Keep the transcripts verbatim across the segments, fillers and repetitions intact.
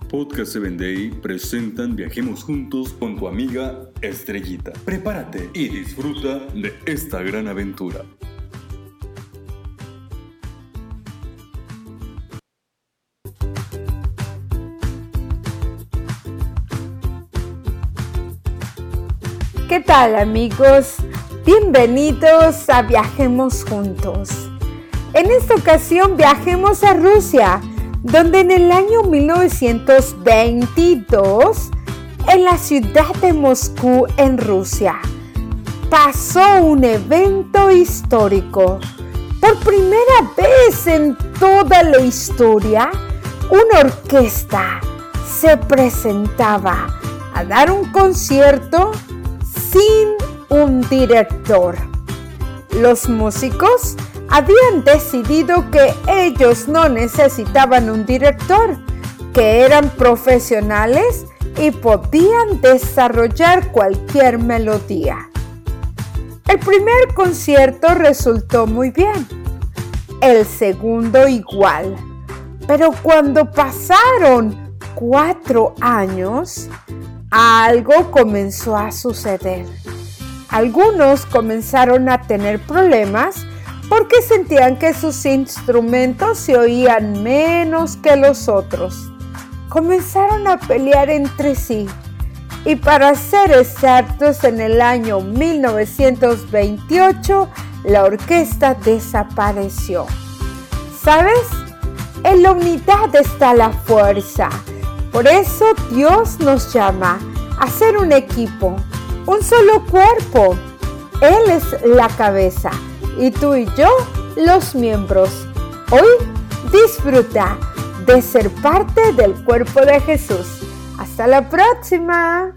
Podcast siete Day presentan Viajemos Juntos con tu amiga Estrellita. Prepárate y disfruta de esta gran aventura. ¿Qué tal, amigos? Bienvenidos a Viajemos Juntos. En esta ocasión viajemos a Rusia, donde en el año mil novecientos veintidós, en la ciudad de Moscú, en Rusia, pasó un evento histórico. Por primera vez en toda la historia, una orquesta se presentaba a dar un concierto sin un director. Los músicos habían decidido que ellos no necesitaban un director, que eran profesionales y podían desarrollar cualquier melodía. El primer concierto resultó muy bien, el segundo igual, pero cuando pasaron cuatro años, algo comenzó a suceder. Algunos comenzaron a tener problemas porque sentían que sus instrumentos se oían menos que los otros. Comenzaron a pelear entre sí y, para ser exactos, en el año mil novecientos veintiocho la orquesta desapareció. ¿Sabes? En la unidad está la fuerza. Por eso Dios nos llama a ser un equipo, un solo cuerpo. Él es la cabeza y tú y yo los miembros. Hoy disfruta de ser parte del cuerpo de Jesús. Hasta la próxima.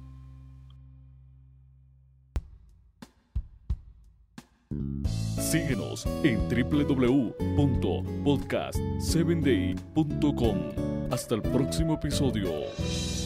Síguenos en doble u doble u doble u punto podcast siete day punto com. Hasta el próximo episodio.